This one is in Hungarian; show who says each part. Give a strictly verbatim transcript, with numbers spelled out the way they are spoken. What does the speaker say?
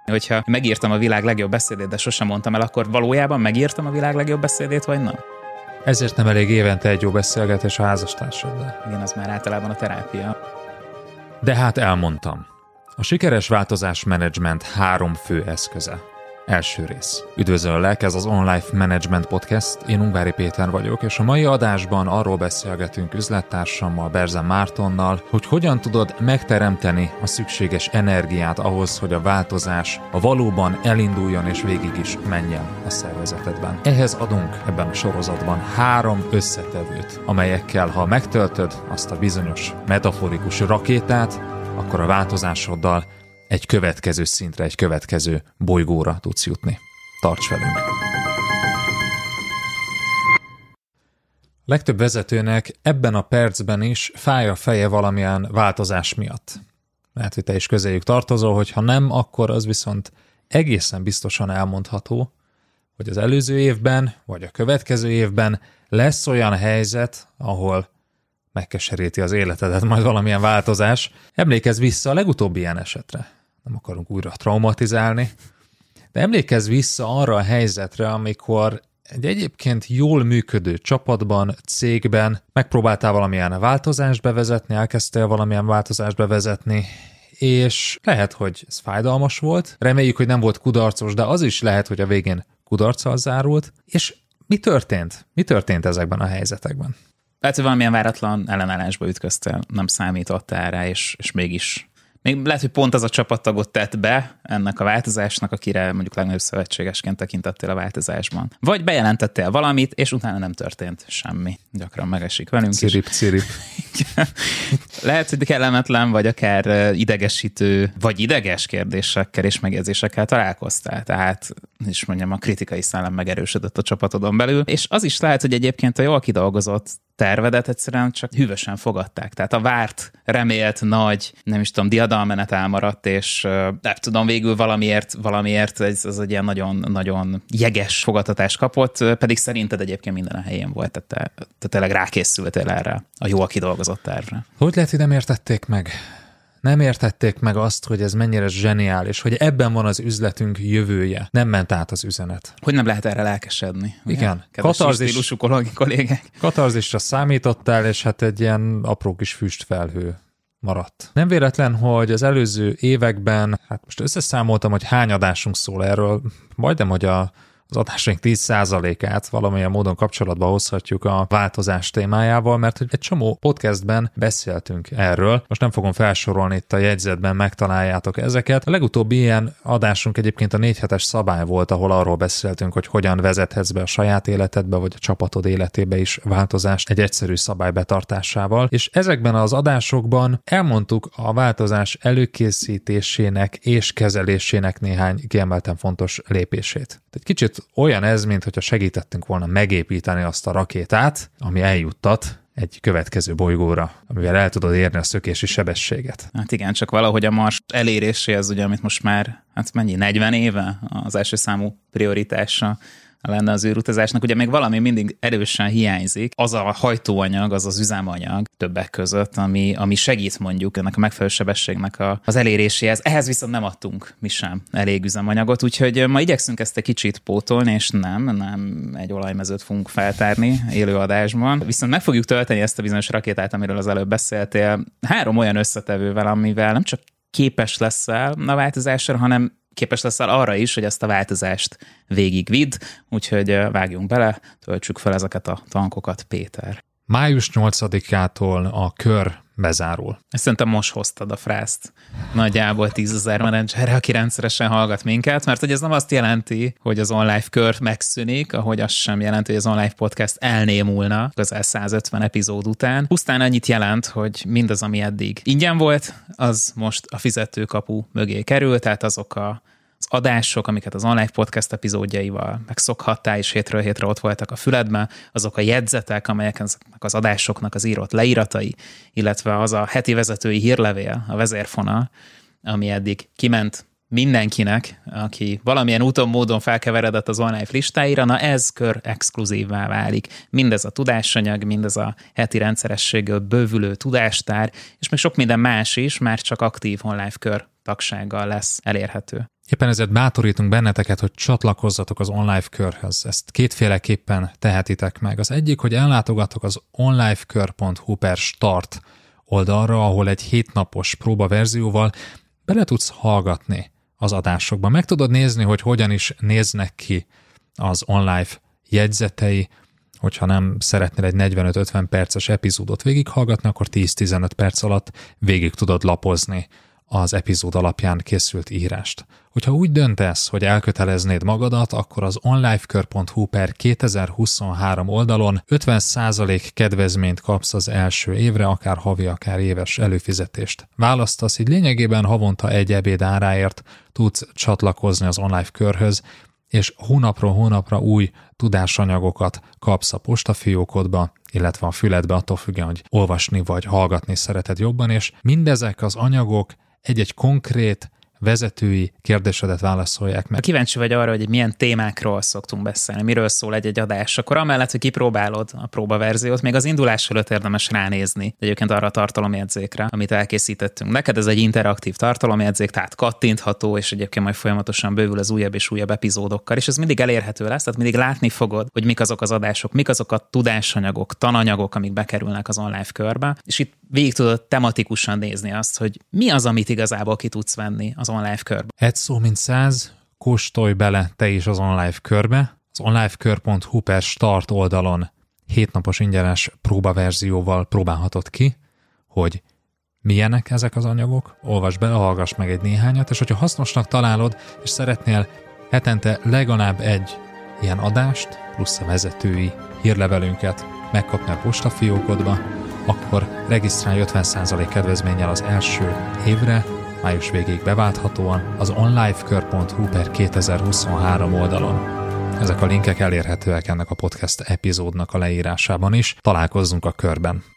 Speaker 1: Hogyha megírtam a világ legjobb beszédét, de sosem mondtam el, akkor valójában megírtam a világ legjobb beszédét, vagy nem?
Speaker 2: Ezért nem elég évente egy jó beszélgetés a házastársaddal.
Speaker 1: Igen, az már általában a terápia.
Speaker 2: De hát elmondtam. A sikeres változásmenedzsment három fő eszköze. Első rész. Üdvözöllek, ez az On Life Management Podcast, én Ungvári Péter vagyok, és a mai adásban arról beszélgetünk üzlettársammal, Berzen Mártonnal, hogy hogyan tudod megteremteni a szükséges energiát ahhoz, hogy a változás a valóban elinduljon és végig is menjen a szervezetedben. Ehhez adunk ebben a sorozatban három összetevőt, amelyekkel, ha megtöltöd azt a bizonyos metaforikus rakétát, akkor a változásoddal egy következő szintre, egy következő bolygóra tudsz jutni. Tarts velünk! Legtöbb vezetőnek ebben a percben is fáj a feje valamilyen változás miatt. Lehet, hogy te is közéjük tartozol, hogy ha nem, akkor az viszont egészen biztosan elmondható, hogy az előző évben, vagy a következő évben lesz olyan helyzet, ahol megkeseríti az életedet majd valamilyen változás. Emlékezz vissza a legutóbbi ilyen esetre. Nem akarunk újra traumatizálni, de emlékezz vissza arra a helyzetre, amikor egy egyébként jól működő csapatban, cégben megpróbáltál valamilyen változást bevezetni, elkezdtél valamilyen változást bevezetni, és lehet, hogy ez fájdalmas volt, reméljük, hogy nem volt kudarcos, de az is lehet, hogy a végén kudarccal zárult, és mi történt? Mi történt ezekben a helyzetekben?
Speaker 1: Lehet, hogy valamilyen váratlan ellenállásba ütköztél, nem számítottál rá, és, és mégis még lehet, hogy pont az a csapattagot tett be ennek a változásnak, akire mondjuk legnagyobb szövetségesként tekintettél a változásban. Vagy bejelentettél valamit, és utána nem történt semmi. Gyakran megesik velünk
Speaker 2: cirip,
Speaker 1: is.
Speaker 2: Cirip,
Speaker 1: Lehet, hogy kellemetlen, vagy akár idegesítő, vagy ideges kérdésekkel és megjegyzésekkel találkoztál. Tehát, is mondjam, a kritikai szellem megerősödött a csapatodon belül. És az is lehet, hogy egyébként a jól kidolgozott tervedet egyszerűen csak hűvösen fogadták. Tehát a várt, remélt, nagy, nem is tudom, diadalmenet elmaradt, és nem tudom, végül valamiért, valamiért ez, ez egy ilyen nagyon-nagyon jeges fogadtatást kapott, pedig szerinted egyébként minden a helyén volt, tehát te, te tényleg rákészültél erre a jól kidolgozott tervre.
Speaker 2: Hogy lehet, hogy nem értették meg? Nem értették meg azt, hogy ez mennyire zseniális, hogy ebben van az üzletünk jövője. Nem ment át az üzenet.
Speaker 1: Hogy nem lehet erre lelkesedni.
Speaker 2: Igen.
Speaker 1: Katarzis stílusú kollégák.
Speaker 2: Katarzisra számítottál, és hát egy ilyen apró kis füstfelhő maradt. Nem véletlen, hogy az előző években, hát most összeszámoltam, hogy hány adásunk szól erről, majdnem, hogy a az adásaink tíz százalékát valamilyen módon kapcsolatba hozhatjuk a változás témájával, mert hogy egy csomó podcastben beszéltünk erről. Most nem fogom felsorolni, itt a jegyzetben megtaláljátok ezeket. A legutóbbi ilyen adásunk egyébként a négy hetes szabály volt, ahol arról beszéltünk, hogy hogyan vezethetsz be a saját életedbe, vagy a csapatod életébe is változást egy egyszerű szabály betartásával. És ezekben az adásokban elmondtuk a változás előkészítésének és kezelésének néhány kiemelten fontos lépését. Egy kicsit olyan ez, mint hogyha segítettünk volna megépíteni azt a rakétát, ami eljuttat egy következő bolygóra, amivel el tudod érni a szökési sebességet.
Speaker 1: Hát igen, csak valahogy a Mars eléréséhez, ugye, amit most már, hát mennyi, negyven éve az első számú prioritása lenne az űrutazásnak, ugye még valami mindig erősen hiányzik, az a hajtóanyag, az az üzemanyag többek között, ami, ami segít mondjuk ennek a megfelelő sebességnek a, az eléréséhez. Ehhez viszont nem adtunk mi sem elég üzemanyagot, úgyhogy ma igyekszünk ezt egy kicsit pótolni, és nem, nem egy olajmezőt fogunk feltárni élőadásban. Viszont meg fogjuk tölteni ezt a bizonyos rakétát, amiről az előbb beszéltél, három olyan összetevővel, amivel nem csak képes leszel a változásra, hanem képes leszel arra is, hogy ezt a változást végigvidd, úgyhogy vágjunk bele, töltsük fel ezeket a tankokat, Péter.
Speaker 2: május nyolcadikától a kör bezárul.
Speaker 1: Ezt szerintem most hoztad a frászt nagyjából tízezer menedzserre, aki rendszeresen hallgat minket, mert hogy ez nem azt jelenti, hogy az OnLife kör megszűnik, ahogy az sem jelenti, hogy az OnLife podcast elnémulna közel százötven epizód után. Pusztán annyit jelent, hogy mindaz, ami eddig ingyen volt, az most a fizetőkapu mögé kerül, tehát azok a az adások, amiket az OnLife podcast epizódjaival megszokhattál, és hétről hétre ott voltak a füledben, azok a jegyzetek, amelyek ezeknek az adásoknak az írott leíratai, illetve az a heti vezetői hírlevél, a vezérfonal, ami eddig kiment mindenkinek, aki valamilyen úton, módon felkeveredett az OnLive listáira, na ez kör exkluzívvá válik. Mindez a tudásanyag, mindez a heti rendszerességgel bővülő tudástár, és még sok minden más is már csak aktív OnLive kör tagsággal lesz elérhető.
Speaker 2: Éppen ezért bátorítunk benneteket, hogy csatlakozzatok az OnLive körhöz. Ezt kétféleképpen tehetitek meg. Az egyik, hogy ellátogatok az onlivekör pont hu per start oldalra, ahol egy hétnapos próbaverzióval bele tudsz hallgatni az adásokban. Meg tudod nézni, hogy hogyan is néznek ki az OnLive jegyzetei. Hogyha nem szeretnél egy negyvenöt-ötven perces epizódot végighallgatni, akkor tíz-tizenöt perc alatt végig tudod lapozni az epizód alapján készült írást. Hogyha úgy döntesz, hogy elköteleznéd magadat, akkor az onlivekör pont hu per kétezer-huszonhárom oldalon ötven százalék kedvezményt kapsz az első évre, akár havi, akár éves előfizetést választasz, így lényegében havonta egy ebéd áráért tudsz csatlakozni az OnLive körhöz, és hónapról hónapra új tudásanyagokat kapsz a postafiókodba, illetve a füledbe, attól függően, hogy olvasni vagy hallgatni szereted jobban, és mindezek az anyagok egy-egy konkrét vezetői kérdésedet válaszolják meg.
Speaker 1: Ha kíváncsi vagy arra, hogy milyen témákról szoktunk beszélni, miről szól egy-egy adás, akkor amellett, hogy kipróbálod a próbaverziót, még az indulás előtt érdemes ránézni egyébként arra a tartalomjegyzékre, amit elkészítettünk. Neked ez egy interaktív tartalomjegyzék, tehát kattintható, és egyébként majd folyamatosan bővül az újabb és újabb epizódokkal, és ez mindig elérhető lesz, tehát mindig látni fogod, hogy mik azok az adások, mik azok a tudásanyagok, tananyagok, amik bekerülnek az OnLive körbe, és itt végig tudod tematikusan nézni azt, hogy mi az, amit igazából ki tudsz venni az OnLive körbe.
Speaker 2: Egy szó mint száz, kóstolj bele te is az OnLive körbe. Az onlivekör pont hu per start oldalon hétnapos ingyenes próbaverzióval próbálhatod ki, hogy milyenek ezek az anyagok, olvasd bele, hallgass meg egy néhányat, és hogyha hasznosnak találod, és szeretnél hetente legalább egy ilyen adást, plusz a vezetői hírlevelünket megkapni a postafiókodba, akkor regisztrálj ötven százalék kedvezménnyel az első évre, május végéig beválthatóan az onlivekör pont hu per kétezer-huszonhárom oldalon. Ezek a linkek elérhetőek ennek a podcast epizódnak a leírásában is. Találkozzunk a körben!